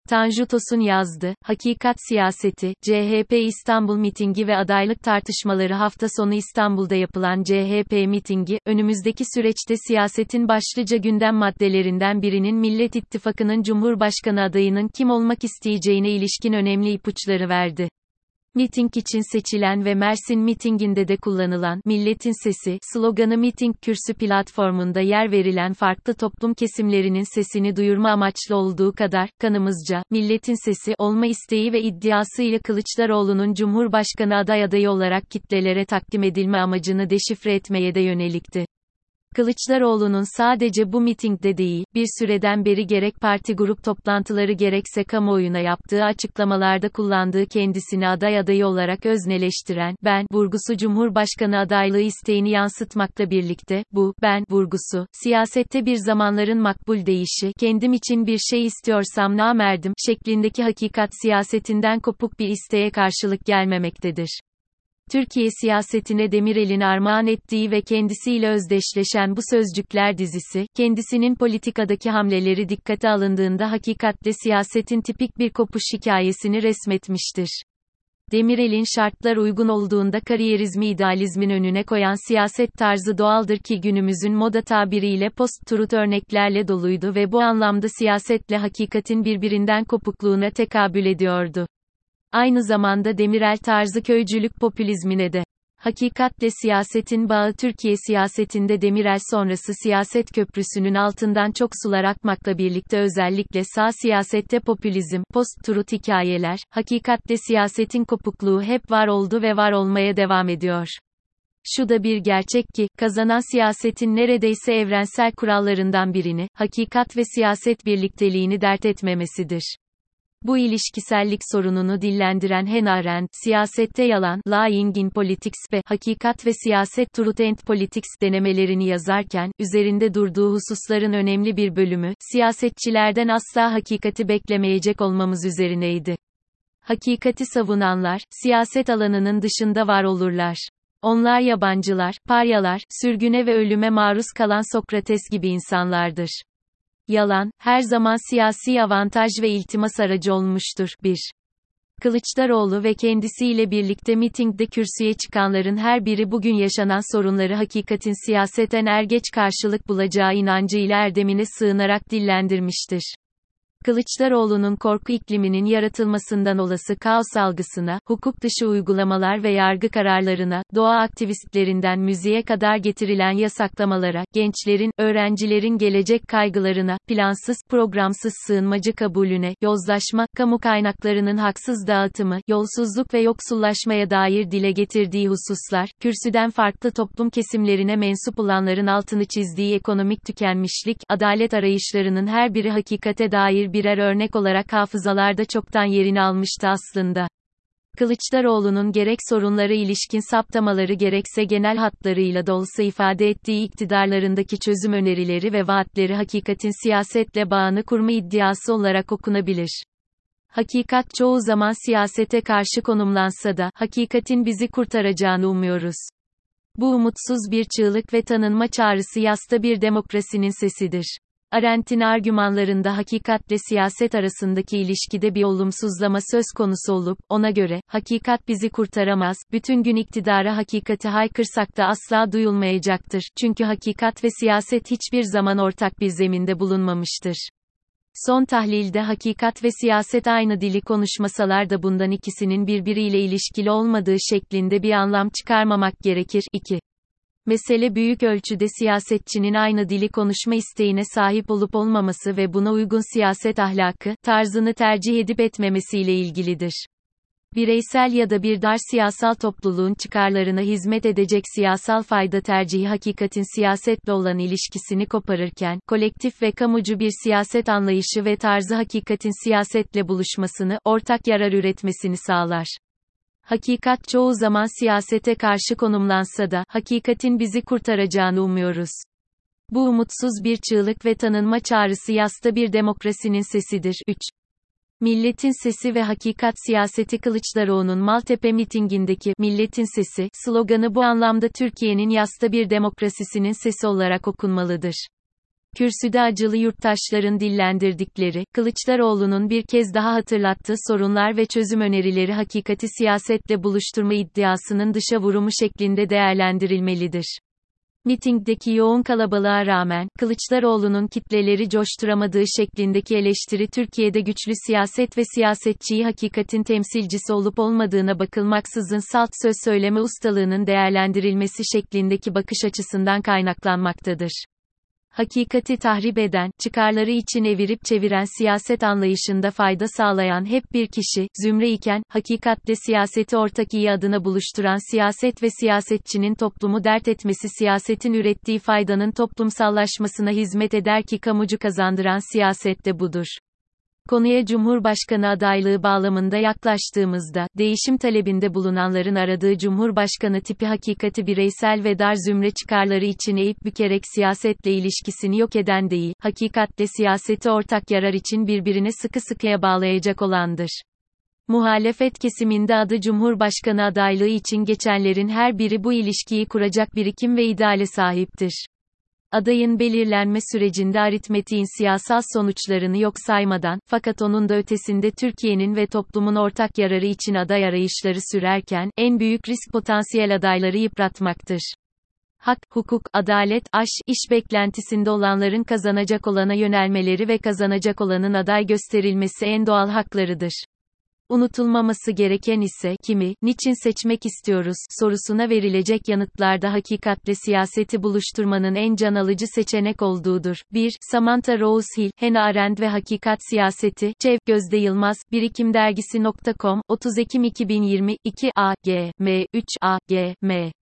Tanju Tosun yazdı. Hakikat siyaseti, CHP İstanbul mitingi ve adaylık tartışmaları. Hafta sonu İstanbul'da yapılan CHP mitingi, önümüzdeki süreçte siyasetin başlıca gündem maddelerinden birinin Millet İttifakı'nın Cumhurbaşkanı adayının kim olmak isteyeceğine ilişkin önemli ipuçları verdi. Miting için seçilen ve Mersin mitinginde de kullanılan "Milletin Sesi" sloganı miting kürsü platformunda yer verilen farklı toplum kesimlerinin sesini duyurma amaçlı olduğu kadar, kanımızca, milletin sesi olma isteği ve iddiasıyla Kılıçdaroğlu'nun Cumhurbaşkanı adayı olarak kitlelere takdim edilme amacını deşifre etmeye de yönelikti. Kılıçdaroğlu'nun sadece bu mitingde değil, bir süreden beri gerek parti grup toplantıları gerekse kamuoyuna yaptığı açıklamalarda kullandığı kendisini adayı olarak özneleştiren "ben" vurgusu Cumhurbaşkanı adaylığı isteğini yansıtmakla birlikte, bu "ben" vurgusu, siyasette bir zamanların makbul deyişi, kendim için bir şey istiyorsam namerdim, şeklindeki hakikat siyasetinden kopuk bir isteğe karşılık gelmemektedir. Türkiye siyasetine Demirel'in armağan ettiği ve kendisiyle özdeşleşen bu sözcükler dizisi, kendisinin politikadaki hamleleri dikkate alındığında hakikatle siyasetin tipik bir kopuş hikayesini resmetmiştir. Demirel'in şartlar uygun olduğunda kariyerizmi idealizmin önüne koyan siyaset tarzı doğaldır ki günümüzün moda tabiriyle post-truth örneklerle doluydu ve bu anlamda siyasetle hakikatin birbirinden kopukluğuna tekabül ediyordu. Aynı zamanda Demirel tarzı köycülük popülizmine de. Hakikatle siyasetin bağı Türkiye siyasetinde Demirel sonrası siyaset köprüsünün altından çok sular akmakla birlikte özellikle sağ siyasette popülizm, post-truth hikayeler, hakikatle siyasetin kopukluğu hep var oldu ve var olmaya devam ediyor. Şu da bir gerçek ki, kazanan siyasetin neredeyse evrensel kurallarından birini, hakikat ve siyaset birlikteliğini dert etmemesidir. Bu ilişkisellik sorununu dillendiren Hannah Arendt, siyasette yalan, lying in politics ve hakikat ve siyaset, truth and politics denemelerini yazarken, üzerinde durduğu hususların önemli bir bölümü, siyasetçilerden asla hakikati beklemeyecek olmamız üzerineydi. Hakikati savunanlar, siyaset alanının dışında var olurlar. Onlar yabancılar, paryalar, sürgüne ve ölüme maruz kalan Sokrates gibi insanlardır. Yalan, her zaman siyasi avantaj ve iltimas aracı olmuştur. 1. Kılıçdaroğlu ve kendisiyle birlikte mitingde kürsüye çıkanların her biri bugün yaşanan sorunları hakikatin siyaseten geç karşılık bulacağı inancıyla erdemine sığınarak dillendirmiştir. Kılıçdaroğlu'nun korku ikliminin yaratılmasından olası kaos algısına, hukuk dışı uygulamalar ve yargı kararlarına, doğa aktivistlerinden müziğe kadar getirilen yasaklamalara, gençlerin, öğrencilerin gelecek kaygılarına, plansız, programsız sığınmacı kabulüne, yozlaşma, kamu kaynaklarının haksız dağıtımı, yolsuzluk ve yoksullaşmaya dair dile getirdiği hususlar, kürsüden farklı toplum kesimlerine mensup olanların altını çizdiği ekonomik tükenmişlik, adalet arayışlarının her biri hakikate dair birer örnek olarak hafızalarda çoktan yerini almıştı aslında. Kılıçdaroğlu'nun gerek sorunlara ilişkin saptamaları gerekse genel hatlarıyla da olsa ifade ettiği iktidarlarındaki çözüm önerileri ve vaatleri hakikatin siyasetle bağını kurma iddiası olarak okunabilir. Hakikat çoğu zaman siyasete karşı konumlansa da, hakikatin bizi kurtaracağını umuyoruz. Bu umutsuz bir çığlık ve tanınma çağrısı yasta bir demokrasinin sesidir. Arendt'in argümanlarında hakikatle siyaset arasındaki ilişkide bir olumsuzlama söz konusu olup, ona göre, hakikat bizi kurtaramaz, bütün gün iktidara hakikati haykırsak da asla duyulmayacaktır, çünkü hakikat ve siyaset hiçbir zaman ortak bir zeminde bulunmamıştır. Son tahlilde hakikat ve siyaset aynı dili konuşmasalar da bundan ikisinin birbiriyle ilişkili olmadığı şeklinde bir anlam çıkarmamak gerekir. 2. Mesele büyük ölçüde siyasetçinin aynı dili konuşma isteğine sahip olup olmaması ve buna uygun siyaset ahlakı, tarzını tercih edip etmemesiyle ilgilidir. Bireysel ya da bir dar siyasal topluluğun çıkarlarına hizmet edecek siyasal fayda tercihi hakikatin siyasetle olan ilişkisini koparırken, kolektif ve kamucu bir siyaset anlayışı ve tarzı hakikatin siyasetle buluşmasını, ortak yarar üretmesini sağlar. Hakikat çoğu zaman siyasete karşı konumlansa da, hakikatin bizi kurtaracağını umuyoruz. Bu umutsuz bir çığlık ve tanınma çağrısı yasta bir demokrasinin sesidir. 3. Milletin Sesi ve Hakikat siyaseti. Kılıçdaroğlu'nun Maltepe mitingindeki "Milletin Sesi" sloganı bu anlamda Türkiye'nin yasta bir demokrasisinin sesi olarak okunmalıdır. Kürsüde acılı yurttaşların dillendirdikleri, Kılıçdaroğlu'nun bir kez daha hatırlattığı sorunlar ve çözüm önerileri hakikati siyasetle buluşturma iddiasının dışa vurumu şeklinde değerlendirilmelidir. Mitingdeki yoğun kalabalığa rağmen, Kılıçdaroğlu'nun kitleleri coşturamadığı şeklindeki eleştiri Türkiye'de güçlü siyaset ve siyasetçiyi hakikatin temsilcisi olup olmadığına bakılmaksızın salt söz söyleme ustalığının değerlendirilmesi şeklindeki bakış açısından kaynaklanmaktadır. Hakikati tahrip eden, çıkarları için evirip çeviren siyaset anlayışında fayda sağlayan hep bir kişi, zümre iken, hakikatle siyaseti ortak iyi adına buluşturan siyaset ve siyasetçinin toplumu dert etmesi siyasetin ürettiği faydanın toplumsallaşmasına hizmet eder ki kamucu kazandıran siyaset de budur. Konuya Cumhurbaşkanı adaylığı bağlamında yaklaştığımızda, değişim talebinde bulunanların aradığı Cumhurbaşkanı tipi hakikati bireysel ve dar zümre çıkarları için eğip bükerek siyasetle ilişkisini yok eden değil, hakikatle siyaseti ortak yarar için birbirine sıkı sıkıya bağlayacak olandır. Muhalefet kesiminde adı Cumhurbaşkanı adaylığı için geçenlerin her biri bu ilişkiyi kuracak birikim ve ideale sahiptir. Adayın belirlenme sürecinde aritmetiğin siyasal sonuçlarını yok saymadan, fakat onun da ötesinde Türkiye'nin ve toplumun ortak yararı için aday arayışları sürerken, en büyük risk potansiyel adayları yıpratmaktır. Hak, hukuk, adalet, iş beklentisinde olanların kazanacak olana yönelmeleri ve kazanacak olanın aday gösterilmesi en doğal haklarıdır. Unutulmaması gereken ise, kimi, niçin seçmek istiyoruz, sorusuna verilecek yanıtlarda hakikatle siyaseti buluşturmanın en can alıcı seçenek olduğudur. 1. Samantha Rose Hill, Hannah Arendt ve Hakikat Siyaseti, Çev, Gözde Yılmaz, Birikimdergisi.com, 30 Ekim 2020, 2 A. G. M. 3 A. G. M.